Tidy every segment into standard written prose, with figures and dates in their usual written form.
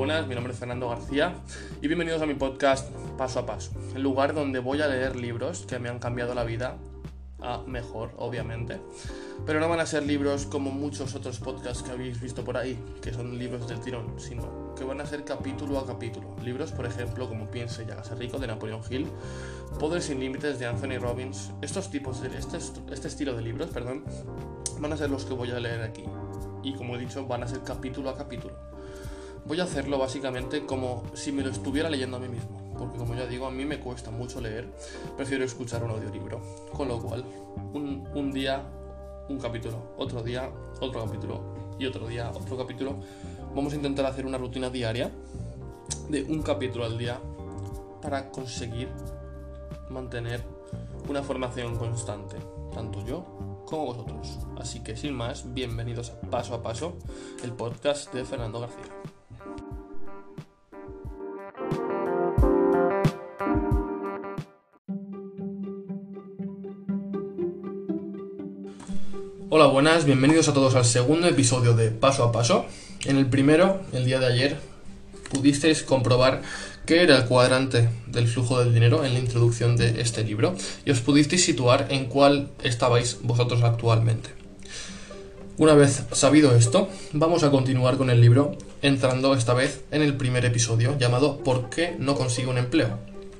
buenas, mi nombre es Fernando García y bienvenidos a mi podcast Paso a Paso, el lugar donde voy a leer libros que me han cambiado la vida a mejor, obviamente, pero no van a ser libros como muchos otros podcasts que habéis visto por ahí, que son libros del tirón, sino que van a ser capítulo a capítulo. Libros, por ejemplo, como Piense y hágase rico de Napoleon Hill, Poder sin límites de Anthony Robbins. Este estilo de libros, van a ser los que voy a leer aquí. Y como he dicho, van a ser capítulo a capítulo. Voy a hacerlo básicamente como si me lo estuviera leyendo a mí mismo, porque como ya digo, a mí me cuesta mucho leer, prefiero escuchar un audiolibro, con lo cual un día un capítulo, otro día otro capítulo y otro día otro capítulo. Vamos a intentar hacer una rutina diaria de un capítulo al día para conseguir mantener una formación constante, tanto yo como vosotros. Así que sin más, bienvenidos a Paso, el podcast de Fernando García. Hola, buenas, bienvenidos a todos al segundo episodio de Paso a Paso. En el primero, el día de ayer, pudisteis comprobar qué era el cuadrante del flujo del dinero en la introducción de este libro y os pudisteis situar en cuál estabais vosotros actualmente. Una vez sabido esto, vamos a continuar con el libro, entrando esta vez en el primer episodio llamado ¿Por qué no consigo un empleo?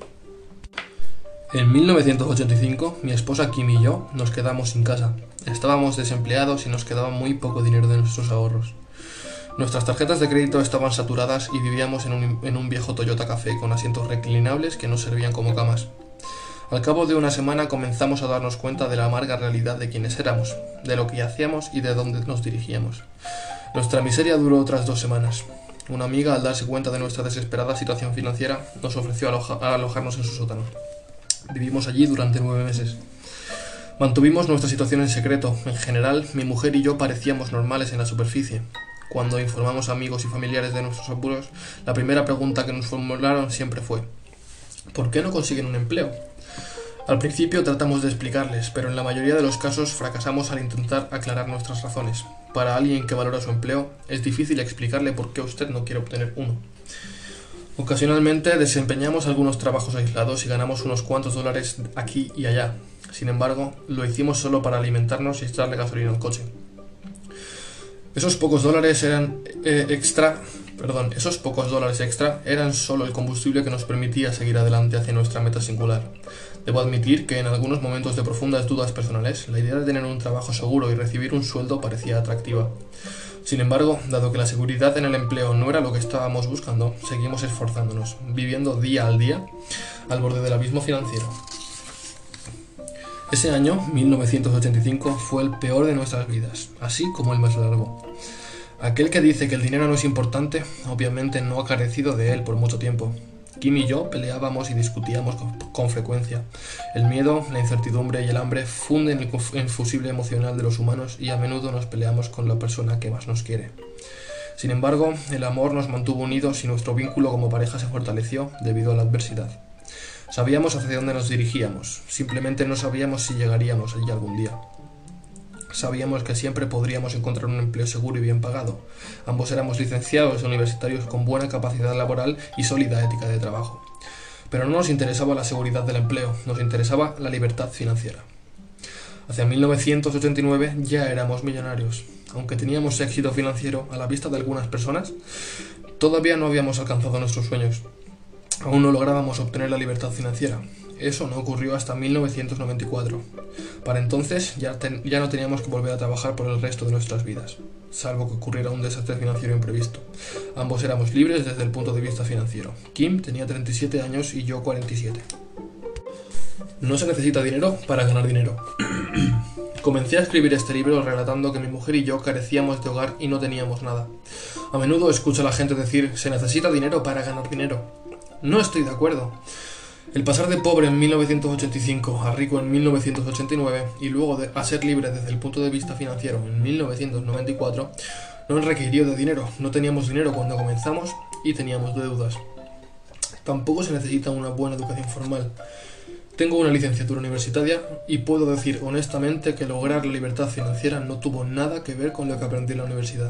En 1985, mi esposa Kim y yo nos quedamos sin casa. Estábamos desempleados y nos quedaba muy poco dinero de nuestros ahorros. Nuestras tarjetas de crédito estaban saturadas y vivíamos en un viejo Toyota Café con asientos reclinables que nos servían como camas. Al cabo de una semana comenzamos a darnos cuenta de la amarga realidad de quiénes éramos, de lo que hacíamos y de dónde nos dirigíamos. Nuestra miseria duró otras 2 semanas. Una amiga, al darse cuenta de nuestra desesperada situación financiera, nos ofreció alojarnos en su sótano. Vivimos allí durante 9 meses. Mantuvimos nuestra situación en secreto. En general, mi mujer y yo parecíamos normales en la superficie. Cuando informamos a amigos y familiares de nuestros apuros, la primera pregunta que nos formularon siempre fue: ¿por qué no consiguen un empleo? Al principio tratamos de explicarles, pero en la mayoría de los casos fracasamos al intentar aclarar nuestras razones. Para alguien que valora su empleo, es difícil explicarle por qué usted no quiere obtener uno. Ocasionalmente desempeñamos algunos trabajos aislados y ganamos unos cuantos dólares aquí y allá. Sin embargo, lo hicimos solo para alimentarnos y echarle gasolina al coche. Esos pocos dólares extra eran solo el combustible que nos permitía seguir adelante hacia nuestra meta singular. Debo admitir que en algunos momentos de profundas dudas personales, la idea de tener un trabajo seguro y recibir un sueldo parecía atractiva. Sin embargo, dado que la seguridad en el empleo no era lo que estábamos buscando, seguimos esforzándonos, viviendo día al día al borde del abismo financiero. Ese año, 1985, fue el peor de nuestras vidas, así como el más largo. Aquel que dice que el dinero no es importante, obviamente no ha carecido de él por mucho tiempo. Kim y yo peleábamos y discutíamos con frecuencia. El miedo, la incertidumbre y el hambre funden el fusible emocional de los humanos y a menudo nos peleamos con la persona que más nos quiere. Sin embargo, el amor nos mantuvo unidos y nuestro vínculo como pareja se fortaleció debido a la adversidad. Sabíamos hacia dónde nos dirigíamos, simplemente no sabíamos si llegaríamos allí algún día. Sabíamos que siempre podríamos encontrar un empleo seguro y bien pagado. Ambos éramos licenciados universitarios con buena capacidad laboral y sólida ética de trabajo. Pero no nos interesaba la seguridad del empleo, nos interesaba la libertad financiera. Hacia 1989 ya éramos millonarios. Aunque teníamos éxito financiero a la vista de algunas personas, todavía no habíamos alcanzado nuestros sueños. Aún no lográbamos obtener la libertad financiera. Eso no ocurrió hasta 1994. Para entonces ya no teníamos que volver a trabajar por el resto de nuestras vidas, salvo que ocurriera un desastre financiero imprevisto. Ambos éramos libres desde el punto de vista financiero. Kim tenía 37 años y yo 47. No se necesita dinero para ganar dinero. Comencé a escribir este libro relatando que mi mujer y yo carecíamos de hogar y no teníamos nada. A menudo escucho a la gente decir: se necesita dinero para ganar dinero. No estoy de acuerdo. El pasar de pobre en 1985 a rico en 1989 y luego a ser libre desde el punto de vista financiero en 1994 no requirió de dinero. No teníamos dinero cuando comenzamos y teníamos deudas. Tampoco se necesita una buena educación formal. Tengo una licenciatura universitaria y puedo decir honestamente que lograr la libertad financiera no tuvo nada que ver con lo que aprendí en la universidad.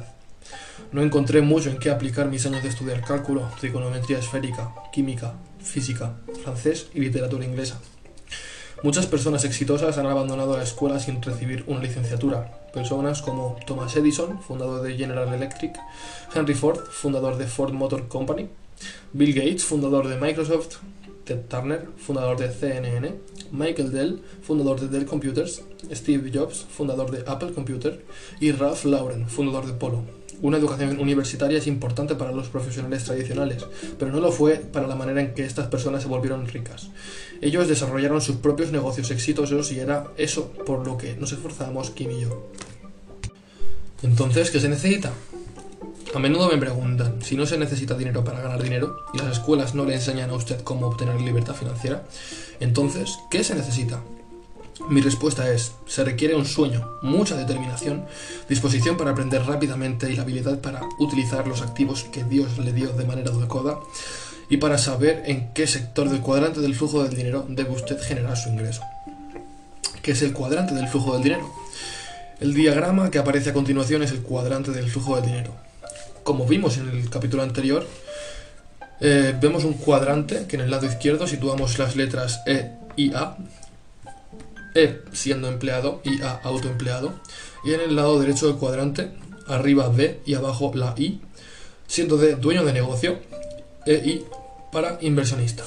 No encontré mucho en qué aplicar mis años de estudiar cálculo, trigonometría esférica, química, física, francés y literatura inglesa. Muchas personas exitosas han abandonado la escuela sin recibir una licenciatura. Personas como Thomas Edison, fundador de General Electric, Henry Ford, fundador de Ford Motor Company, Bill Gates, fundador de Microsoft, Ted Turner, fundador de CNN, Michael Dell, fundador de Dell Computers, Steve Jobs, fundador de Apple Computer, y Ralph Lauren, fundador de Polo. Una educación universitaria es importante para los profesionales tradicionales, pero no lo fue para la manera en que estas personas se volvieron ricas. Ellos desarrollaron sus propios negocios exitosos y era eso por lo que nos esforzamos Kim y yo. Entonces, ¿qué se necesita? A menudo me preguntan, si no se necesita dinero para ganar dinero y las escuelas no le enseñan a usted cómo obtener libertad financiera, entonces, ¿qué se necesita? Mi respuesta es, se requiere un sueño, mucha determinación, disposición para aprender rápidamente y la habilidad para utilizar los activos que Dios le dio de manera adecuada y para saber en qué sector del cuadrante del flujo del dinero debe usted generar su ingreso. ¿Qué es el cuadrante del flujo del dinero? El diagrama que aparece a continuación es el cuadrante del flujo del dinero. Como vimos en el capítulo anterior, vemos un cuadrante que en el lado izquierdo situamos las letras E y A, E siendo empleado y A autoempleado, y en el lado derecho del cuadrante, arriba D y abajo la I, siendo D dueño de negocio, e I para inversionista.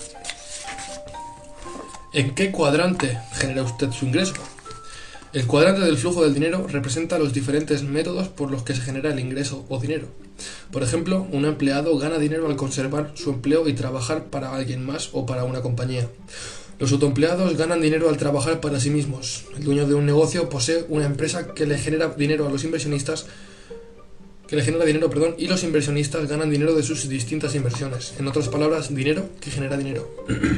¿En qué cuadrante genera usted su ingreso? El cuadrante del flujo del dinero representa los diferentes métodos por los que se genera el ingreso o dinero. Por ejemplo, un empleado gana dinero al conservar su empleo y trabajar para alguien más o para una compañía. Los autoempleados ganan dinero al trabajar para sí mismos. El dueño de un negocio posee una empresa que le genera dinero a los inversionistas, y los inversionistas ganan dinero de sus distintas inversiones. En otras palabras, dinero que genera dinero.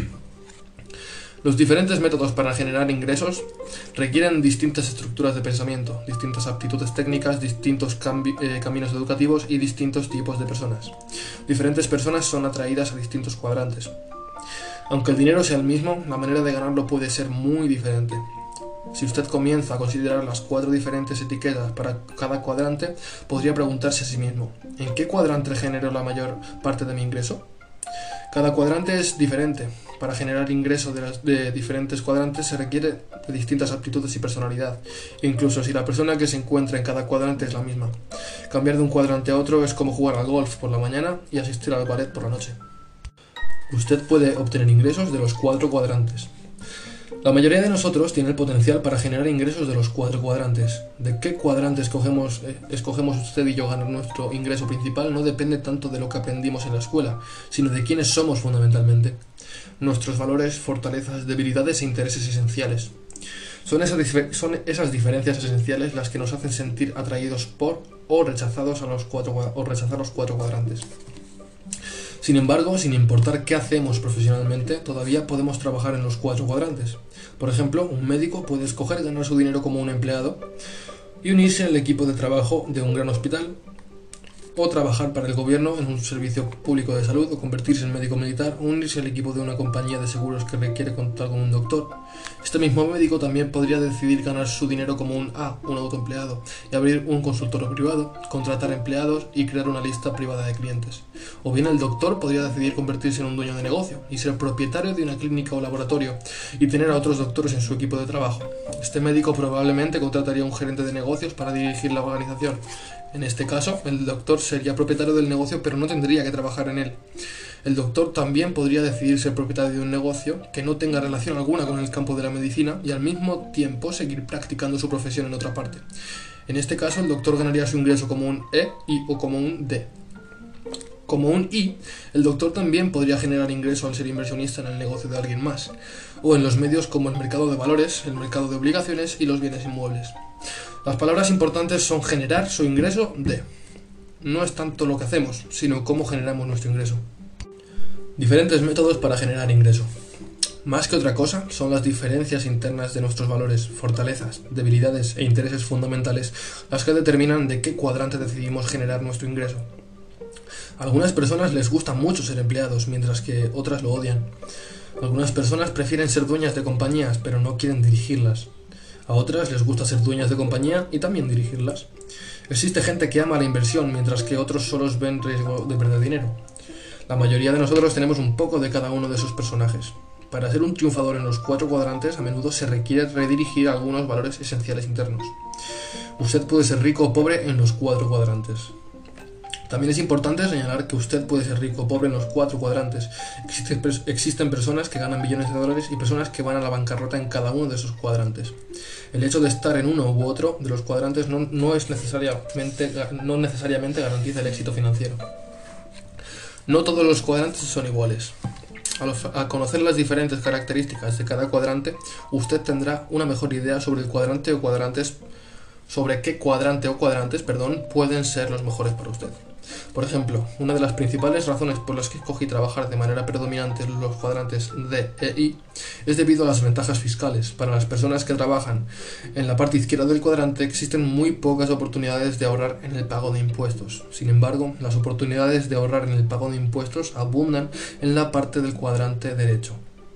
Los diferentes métodos para generar ingresos requieren distintas estructuras de pensamiento, distintas aptitudes técnicas, distintos caminos educativos y distintos tipos de personas. Diferentes personas son atraídas a distintos cuadrantes. Aunque el dinero sea el mismo, la manera de ganarlo puede ser muy diferente. Si usted comienza a considerar las 4 diferentes etiquetas para cada cuadrante, podría preguntarse a sí mismo, ¿en qué cuadrante genero la mayor parte de mi ingreso? Cada cuadrante es diferente. Para generar ingresos de diferentes cuadrantes se requiere de distintas aptitudes y personalidad, incluso si la persona que se encuentra en cada cuadrante es la misma. Cambiar de un cuadrante a otro es como jugar al golf por la mañana y asistir al ballet por la noche. Usted puede obtener ingresos de los 4 cuadrantes. La mayoría de nosotros tiene el potencial para generar ingresos de los 4 cuadrantes. De qué cuadrante escogemos usted y yo ganar nuestro ingreso principal no depende tanto de lo que aprendimos en la escuela, sino de quiénes somos fundamentalmente. Nuestros valores, fortalezas, debilidades e intereses esenciales. Son esas diferencias esenciales las que nos hacen sentir atraídos por o rechazar los 4 cuadrantes. Sin embargo, sin importar qué hacemos profesionalmente, todavía podemos trabajar en los 4 cuadrantes. Por ejemplo, un médico puede escoger ganar su dinero como un empleado y unirse al equipo de trabajo de un gran hospital, o trabajar para el gobierno en un servicio público de salud, o convertirse en médico militar, o unirse al equipo de una compañía de seguros que requiere contar con un doctor. Este mismo médico también podría decidir ganar su dinero como un autoempleado, y abrir un consultorio privado, contratar empleados y crear una lista privada de clientes. O bien el doctor podría decidir convertirse en un dueño de negocio y ser propietario de una clínica o laboratorio y tener a otros doctores en su equipo de trabajo. Este médico probablemente contrataría a un gerente de negocios para dirigir la organización. En este caso, el doctor sería propietario del negocio, pero no tendría que trabajar en él. El doctor también podría decidir ser propietario de un negocio que no tenga relación alguna con el campo de la medicina y al mismo tiempo seguir practicando su profesión en otra parte. En este caso, el doctor ganaría su ingreso como un E, I o como un D. Como un I, el doctor también podría generar ingreso al ser inversionista en el negocio de alguien más, o en los medios como el mercado de valores, el mercado de obligaciones y los bienes inmuebles. Las palabras importantes son generar su ingreso de. No es tanto lo que hacemos, sino cómo generamos nuestro ingreso. Diferentes métodos para generar ingreso. Más que otra cosa, son las diferencias internas de nuestros valores, fortalezas, debilidades e intereses fundamentales las que determinan de qué cuadrante decidimos generar nuestro ingreso. A algunas personas les gusta mucho ser empleados, mientras que otras lo odian. Algunas personas prefieren ser dueñas de compañías, pero no quieren dirigirlas. A otras les gusta ser dueñas de compañía y también dirigirlas. Existe gente que ama la inversión, mientras que otros solo ven riesgo de perder dinero. La mayoría de nosotros tenemos un poco de cada uno de esos personajes. Para ser un triunfador en los 4 cuadrantes, a menudo se requiere redirigir algunos valores esenciales internos. Usted puede ser rico o pobre en los 4 cuadrantes. También es importante señalar que usted puede ser rico o pobre en los 4 cuadrantes. Existen personas que ganan billones de dólares y personas que van a la bancarrota en cada uno de esos cuadrantes. El hecho de estar en uno u otro de los cuadrantes no necesariamente garantiza el éxito financiero. No todos los cuadrantes son iguales. Al conocer las diferentes características de cada cuadrante, usted tendrá una mejor idea sobre el cuadrante o cuadrantes, sobre qué cuadrante o cuadrantes, pueden ser los mejores para usted. Por ejemplo, una de las principales razones por las que escogí trabajar de manera predominante en los cuadrantes D e I es debido a las ventajas fiscales. Para las personas que trabajan en la parte izquierda del cuadrante existen muy pocas oportunidades de ahorrar en el pago de impuestos. Sin embargo, las oportunidades de ahorrar en el pago de impuestos abundan en la parte del cuadrante derecho.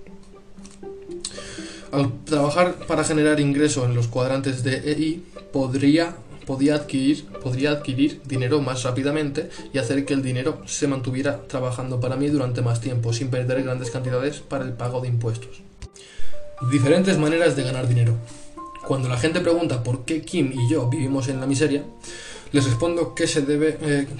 Al trabajar para generar ingreso en los cuadrantes D e I, podría adquirir dinero más rápidamente y hacer que el dinero se mantuviera trabajando para mí durante más tiempo, sin perder grandes cantidades para el pago de impuestos. Diferentes maneras de ganar dinero. Cuando la gente pregunta por qué Kim y yo vivimos en la miseria, les respondo que se debe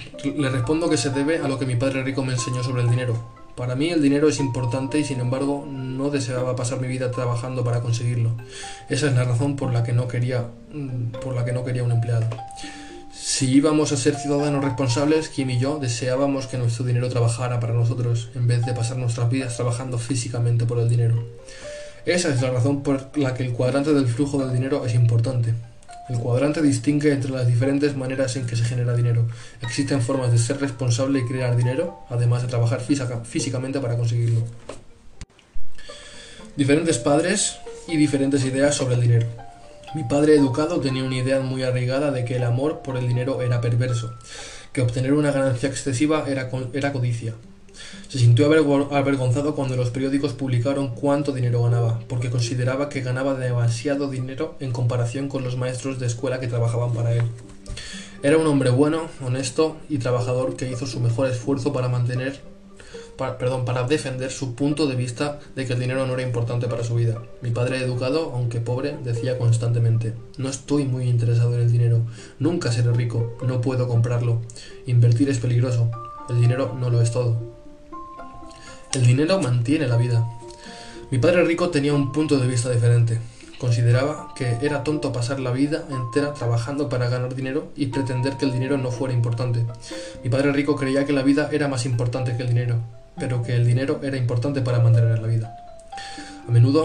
a lo que mi padre rico me enseñó sobre el dinero. Para mí el dinero es importante y sin embargo no deseaba pasar mi vida trabajando para conseguirlo. Esa es la razón por la que no quería un empleado. Si íbamos a ser ciudadanos responsables, Kim y yo deseábamos que nuestro dinero trabajara para nosotros en vez de pasar nuestras vidas trabajando físicamente por el dinero. Esa es la razón por la que el cuadrante del flujo del dinero es importante. El cuadrante distingue entre las diferentes maneras en que se genera dinero. Existen formas de ser responsable y crear dinero, además de trabajar físicamente para conseguirlo. Diferentes padres y diferentes ideas sobre el dinero. Mi padre educado tenía una idea muy arraigada de que el amor por el dinero era perverso, que obtener una ganancia excesiva era codicia. Se sintió avergonzado cuando los periódicos publicaron cuánto dinero ganaba, porque consideraba que ganaba demasiado dinero en comparación con los maestros de escuela que trabajaban para él. Era un hombre bueno, honesto y trabajador que hizo su mejor esfuerzo para defender su punto de vista de que el dinero no era importante para su vida. Mi padre educado, aunque pobre, decía constantemente: no estoy muy interesado en el dinero, nunca seré rico, no puedo comprarlo, invertir es peligroso, el dinero no lo es todo. El dinero mantiene la vida. Mi padre rico tenía un punto de vista diferente. Consideraba que era tonto pasar la vida entera trabajando para ganar dinero y pretender que el dinero no fuera importante. Mi padre rico creía que la vida era más importante que el dinero, pero que el dinero era importante para mantener la vida. A menudo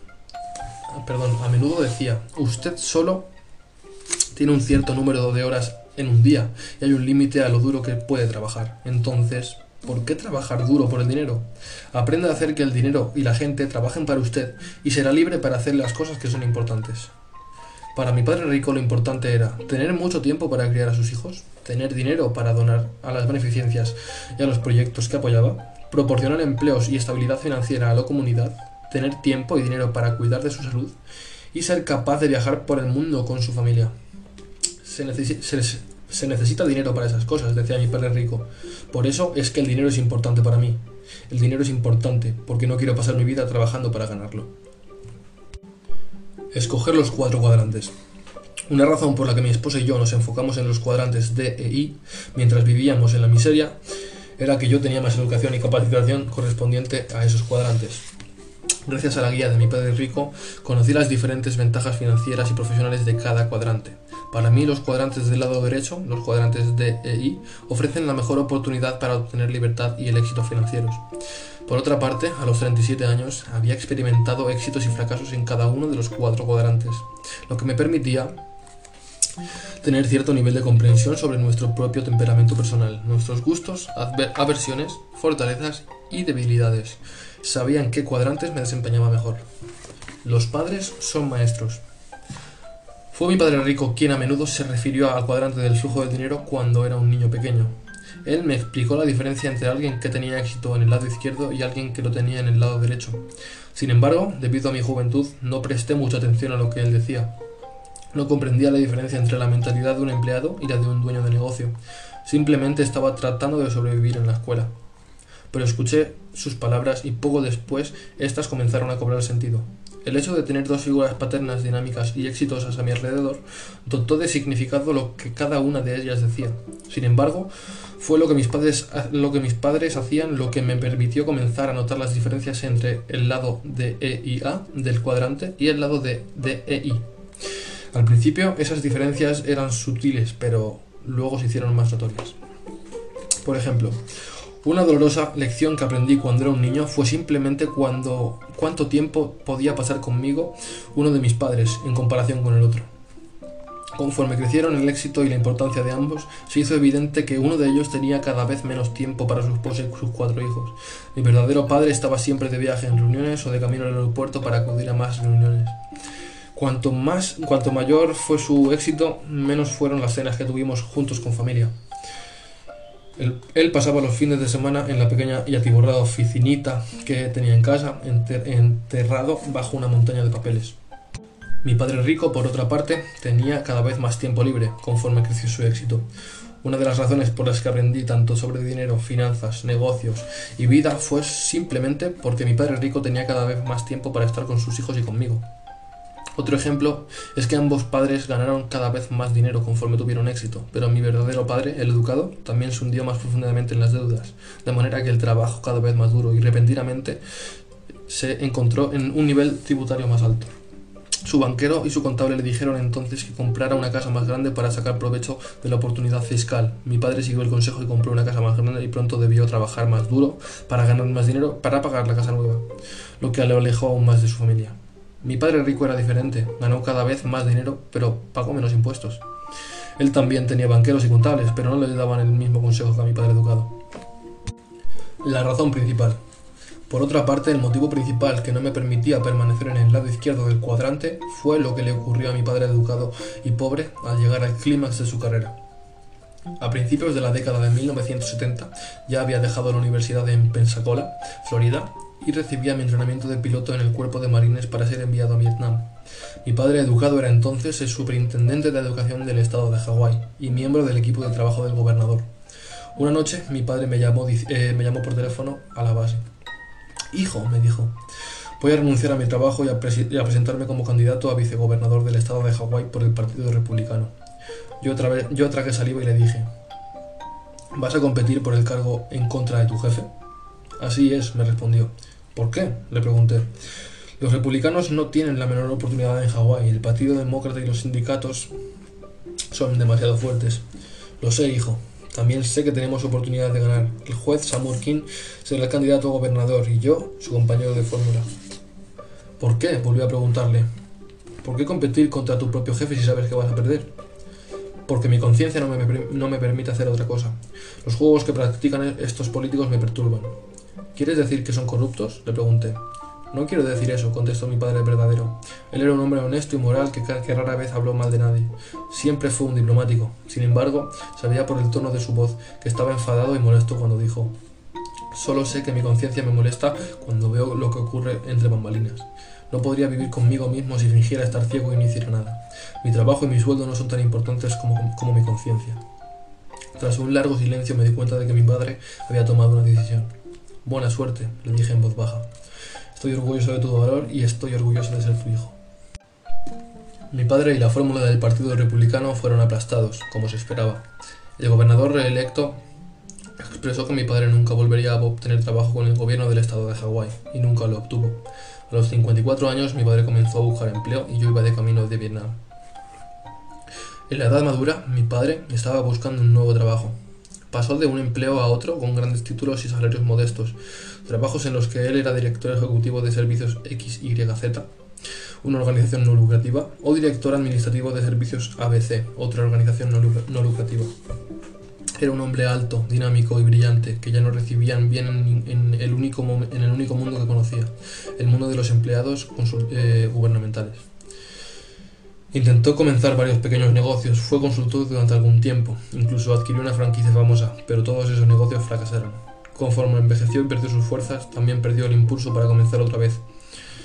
decía: usted solo tiene un cierto número de horas en un día y hay un límite a lo duro que puede trabajar. Entonces, ¿por qué trabajar duro por el dinero? Aprenda a hacer que el dinero y la gente trabajen para usted y será libre para hacer las cosas que son importantes. Para mi padre rico lo importante era tener mucho tiempo para criar a sus hijos, tener dinero para donar a las beneficencias y a los proyectos que apoyaba, proporcionar empleos y estabilidad financiera a la comunidad, tener tiempo y dinero para cuidar de su salud y ser capaz de viajar por el mundo con su familia. Se necesita dinero para esas cosas, decía mi padre rico. Por eso es que el dinero es importante para mí. El dinero es importante porque no quiero pasar mi vida trabajando para ganarlo. Escoger los 4 cuadrantes. Una razón por la que mi esposa y yo nos enfocamos en los cuadrantes D e I mientras vivíamos en la miseria era que yo tenía más educación y capacitación correspondiente a esos cuadrantes. Gracias a la guía de mi padre rico, conocí las diferentes ventajas financieras y profesionales de cada cuadrante. Para mí, los cuadrantes del lado derecho, los cuadrantes D e I, ofrecen la mejor oportunidad para obtener libertad y el éxito financieros. Por otra parte, a los 37 años, había experimentado éxitos y fracasos en cada uno de los 4 cuadrantes, lo que me permitía tener cierto nivel de comprensión sobre nuestro propio temperamento personal, nuestros gustos, aversiones, fortalezas y debilidades. Sabía en qué cuadrantes me desempeñaba mejor. Los padres son maestros. Fue mi padre rico quien a menudo se refirió al cuadrante del flujo del dinero cuando era un niño pequeño. Él me explicó la diferencia entre alguien que tenía éxito en el lado izquierdo y alguien que lo tenía en el lado derecho. Sin embargo, debido a mi juventud, no presté mucha atención a lo que él decía. No comprendía la diferencia entre la mentalidad de un empleado y la de un dueño de negocio. Simplemente estaba tratando de sobrevivir en la escuela. Pero escuché sus palabras y poco después éstas comenzaron a cobrar sentido. El hecho de tener dos figuras paternas dinámicas y exitosas a mi alrededor dotó de significado lo que cada una de ellas decía. Sin embargo, fue lo que mis padres hacían lo que me permitió comenzar a notar las diferencias entre el lado de E y A del cuadrante y el lado de D e I. Al principio esas diferencias eran sutiles, pero luego se hicieron más notorias. Por ejemplo, una dolorosa lección que aprendí cuando era un niño fue simplemente cuánto tiempo podía pasar conmigo uno de mis padres en comparación con el otro. Conforme crecieron, el éxito y la importancia de ambos, se hizo evidente que uno de ellos tenía cada vez menos tiempo para su esposa y sus 4 hijos. Mi verdadero padre estaba siempre de viaje en reuniones o de camino al aeropuerto para acudir a más reuniones. Cuanto mayor fue su éxito, menos fueron las cenas que tuvimos juntos con familia. Él pasaba los fines de semana en la pequeña y atiborrada oficinita que tenía en casa, enterrado bajo una montaña de papeles. Mi padre rico, por otra parte, tenía cada vez más tiempo libre conforme creció su éxito. Una de las razones por las que aprendí tanto sobre dinero, finanzas, negocios y vida fue simplemente porque mi padre rico tenía cada vez más tiempo para estar con sus hijos y conmigo. Otro ejemplo es que ambos padres ganaron cada vez más dinero conforme tuvieron éxito, pero mi verdadero padre, el educado, también se hundió más profundamente en las deudas, de manera que el trabajo cada vez más duro y repentinamente se encontró en un nivel tributario más alto. Su banquero y su contable le dijeron entonces que comprara una casa más grande para sacar provecho de la oportunidad fiscal. Mi padre siguió el consejo y compró una casa más grande y pronto debió trabajar más duro para ganar más dinero para pagar la casa nueva, lo que le alejó aún más de su familia. Mi padre rico era diferente, ganó cada vez más dinero, pero pagó menos impuestos. Él también tenía banqueros y contables, pero no le daban el mismo consejo que a mi padre educado. La razón principal. Por otra parte, el motivo principal que no me permitía permanecer en el lado izquierdo del cuadrante fue lo que le ocurrió a mi padre educado y pobre al llegar al clímax de su carrera. A principios de la década de 1970 ya había dejado la universidad en Pensacola, Florida, y recibía mi entrenamiento de piloto en el cuerpo de marines para ser enviado a Vietnam. Mi padre educado era entonces el superintendente de educación del estado de Hawái y miembro del equipo de trabajo del gobernador. Una noche mi padre me llamó por teléfono a la base. «Hijo», me dijo, «voy a renunciar a mi trabajo y a presentarme como candidato a vicegobernador del estado de Hawái por el Partido Republicano». Yo tragué saliva y le dije, «¿Vas a competir por el cargo en contra de tu jefe?» «Así es», me respondió. «¿Por qué?», le pregunté. «Los republicanos no tienen la menor oportunidad en Hawái. El Partido Demócrata y los sindicatos son demasiado fuertes». «Lo sé, hijo. También sé que tenemos oportunidad de ganar. El juez Samur King será el candidato a gobernador y yo, su compañero de fórmula». «¿Por qué?», volví a preguntarle. «¿Por qué competir contra tu propio jefe si sabes que vas a perder?» «Porque mi conciencia no me permite hacer otra cosa. Los juegos que practican estos políticos me perturban». «¿Quieres decir que son corruptos?», le pregunté. «No quiero decir eso», contestó mi padre verdadero. Él era un hombre honesto y moral que rara vez habló mal de nadie. Siempre fue un diplomático. Sin embargo, sabía por el tono de su voz que estaba enfadado y molesto cuando dijo: «Solo sé que mi conciencia me molesta cuando veo lo que ocurre entre bambalinas. No podría vivir conmigo mismo si fingiera estar ciego y no hiciera nada. Mi trabajo y mi sueldo no son tan importantes como mi conciencia». Tras un largo silencio me di cuenta de que mi padre había tomado una decisión. «Buena suerte», le dije en voz baja. «Estoy orgulloso de tu valor y estoy orgulloso de ser tu hijo». Mi padre y la fórmula del Partido Republicano fueron aplastados, como se esperaba. El gobernador reelecto expresó que mi padre nunca volvería a obtener trabajo con el gobierno del estado de Hawái, y nunca lo obtuvo. A los 54 años mi padre comenzó a buscar empleo y yo iba de camino de Vietnam. En la edad madura, mi padre estaba buscando un nuevo trabajo. Pasó de un empleo a otro con grandes títulos y salarios modestos, trabajos en los que él era director ejecutivo de servicios XYZ, una organización no lucrativa, o director administrativo de servicios ABC, otra organización no lucrativa. Era un hombre alto, dinámico y brillante, que ya no recibían bien en el único mundo que conocía, el mundo de los empleados gubernamentales. Intentó comenzar varios pequeños negocios, fue consultor durante algún tiempo, incluso adquirió una franquicia famosa, pero todos esos negocios fracasaron. Conforme envejeció y perdió sus fuerzas, también perdió el impulso para comenzar otra vez.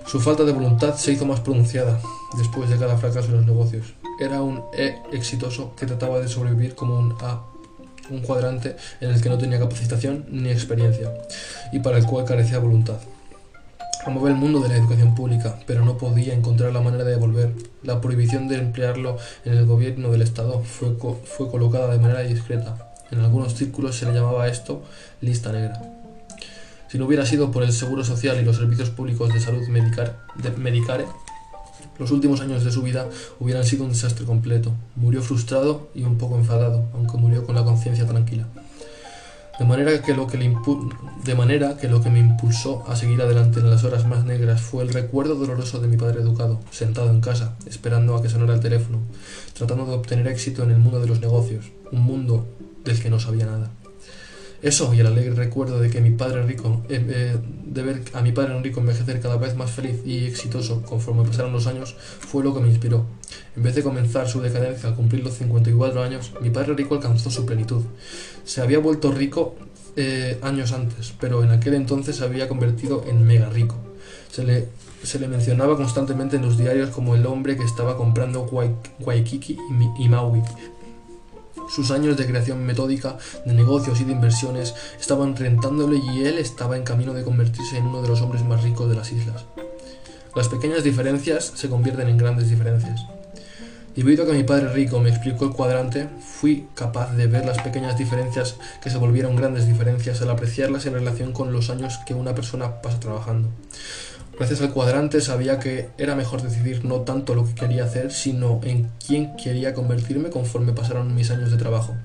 Su falta de voluntad se hizo más pronunciada después de cada fracaso en los negocios. Era un E exitoso que trataba de sobrevivir como un A, un cuadrante en el que no tenía capacitación ni experiencia y para el cual carecía de voluntad. Amaba el mundo de la educación pública, pero no podía encontrar la manera de devolver. La prohibición de emplearlo en el gobierno del Estado fue colocada de manera discreta. En algunos círculos se le llamaba a esto lista negra. Si no hubiera sido por el Seguro Social y los servicios públicos de salud Medicare, los últimos años de su vida hubieran sido un desastre completo. Murió frustrado y un poco enfadado, aunque murió con la conciencia tranquila. De manera que lo que me impulsó a seguir adelante en las horas más negras fue el recuerdo doloroso de mi padre educado, sentado en casa, esperando a que sonara el teléfono, tratando de obtener éxito en el mundo de los negocios, un mundo del que no sabía nada. Eso y el alegre recuerdo de que de ver a mi padre Enrico envejecer cada vez más feliz y exitoso conforme pasaron los años fue lo que me inspiró. En vez de comenzar su decadencia al cumplir los 54 años, mi padre rico alcanzó su plenitud. Se había vuelto rico años antes, pero en aquel entonces se había convertido en mega rico. Se le mencionaba constantemente en los diarios como el hombre que estaba comprando Waikiki y Maui. Sus años de creación metódica, de negocios y de inversiones estaban rentándole y él estaba en camino de convertirse en uno de los hombres más ricos de las islas. Las pequeñas diferencias se convierten en grandes diferencias. Debido a que mi padre rico me explicó el cuadrante, fui capaz de ver las pequeñas diferencias que se volvieron grandes diferencias al apreciarlas en relación con los años que una persona pasa trabajando. Gracias al cuadrante sabía que era mejor decidir no tanto lo que quería hacer, sino en quién quería convertirme conforme pasaron mis años de trabajo.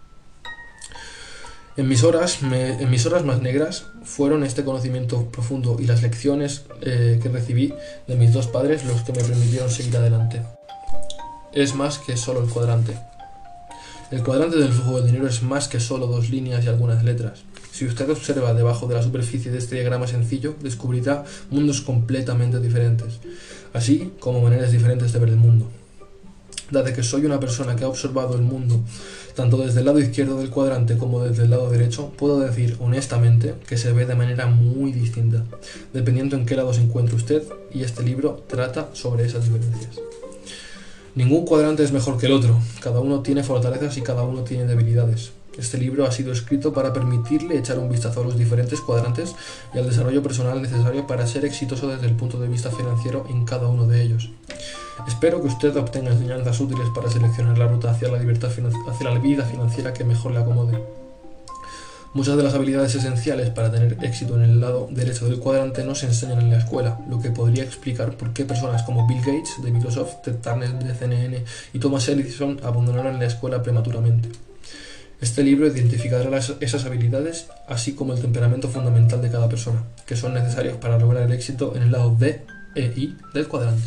En mis horas más negras fueron este conocimiento profundo y las lecciones que recibí de mis dos padres los que me permitieron seguir adelante. Es más que solo el cuadrante. El cuadrante del flujo de dinero es más que solo 2 líneas y algunas letras. Si usted observa debajo de la superficie de este diagrama sencillo, descubrirá mundos completamente diferentes, así como maneras diferentes de ver el mundo. Dado que soy una persona que ha observado el mundo tanto desde el lado izquierdo del cuadrante como desde el lado derecho, puedo decir honestamente que se ve de manera muy distinta, dependiendo en qué lado se encuentre usted, y este libro trata sobre esas diferencias. Ningún cuadrante es mejor que el otro, cada uno tiene fortalezas y cada uno tiene debilidades. Este libro ha sido escrito para permitirle echar un vistazo a los diferentes cuadrantes y al desarrollo personal necesario para ser exitoso desde el punto de vista financiero en cada uno de ellos. Espero que usted obtenga enseñanzas útiles para seleccionar la ruta hacia la vida financiera que mejor le acomode. Muchas de las habilidades esenciales para tener éxito en el lado derecho del cuadrante no se enseñan en la escuela, lo que podría explicar por qué personas como Bill Gates de Microsoft, Ted Turner de CNN y Thomas Edison abandonaron la escuela prematuramente. Este libro identificará esas habilidades, así como el temperamento fundamental de cada persona, que son necesarios para lograr el éxito en el lado D, E, I del cuadrante.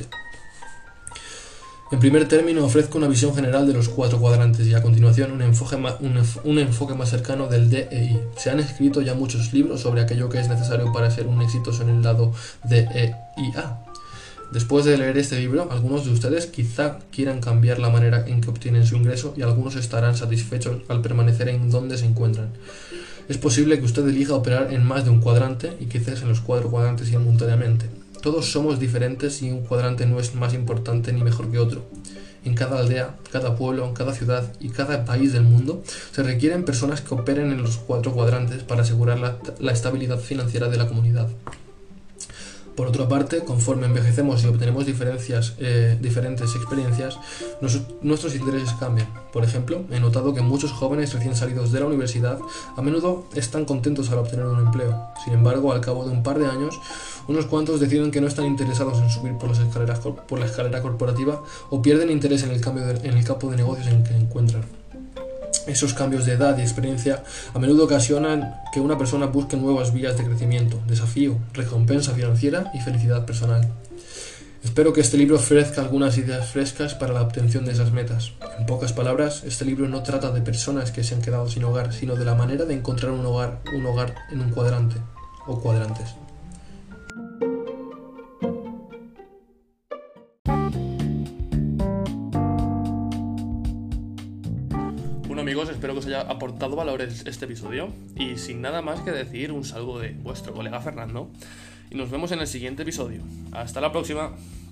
En primer término, ofrezco una visión general de los 4 cuadrantes y a continuación un enfoque más cercano del D, E, I. Se han escrito ya muchos libros sobre aquello que es necesario para ser un exitoso en el lado D, E, I, A. Después de leer este libro, algunos de ustedes quizá quieran cambiar la manera en que obtienen su ingreso y algunos estarán satisfechos al permanecer en donde se encuentran. Es posible que usted elija operar en más de un cuadrante y quizás en los 4 cuadrantes simultáneamente. Todos somos diferentes y un cuadrante no es más importante ni mejor que otro. En cada aldea, cada pueblo, cada ciudad y cada país del mundo se requieren personas que operen en los 4 cuadrantes para asegurar la estabilidad financiera de la comunidad. Por otra parte, conforme envejecemos y obtenemos diferentes experiencias, nuestros intereses cambian. Por ejemplo, he notado que muchos jóvenes recién salidos de la universidad a menudo están contentos al obtener un empleo. Sin embargo, al cabo de un par de años, unos cuantos deciden que no están interesados en subir por la escalera corporativa o pierden interés en el campo de negocios en que se encuentran. Esos cambios de edad y experiencia a menudo ocasionan que una persona busque nuevas vías de crecimiento, desafío, recompensa financiera y felicidad personal. Espero que este libro ofrezca algunas ideas frescas para la obtención de esas metas. En pocas palabras, este libro no trata de personas que se han quedado sin hogar, sino de la manera de encontrar un hogar en un cuadrante o cuadrantes. Amigos, espero que os haya aportado valor este episodio y sin nada más que decir, un saludo de vuestro colega Fernando y nos vemos en el siguiente episodio. Hasta la próxima.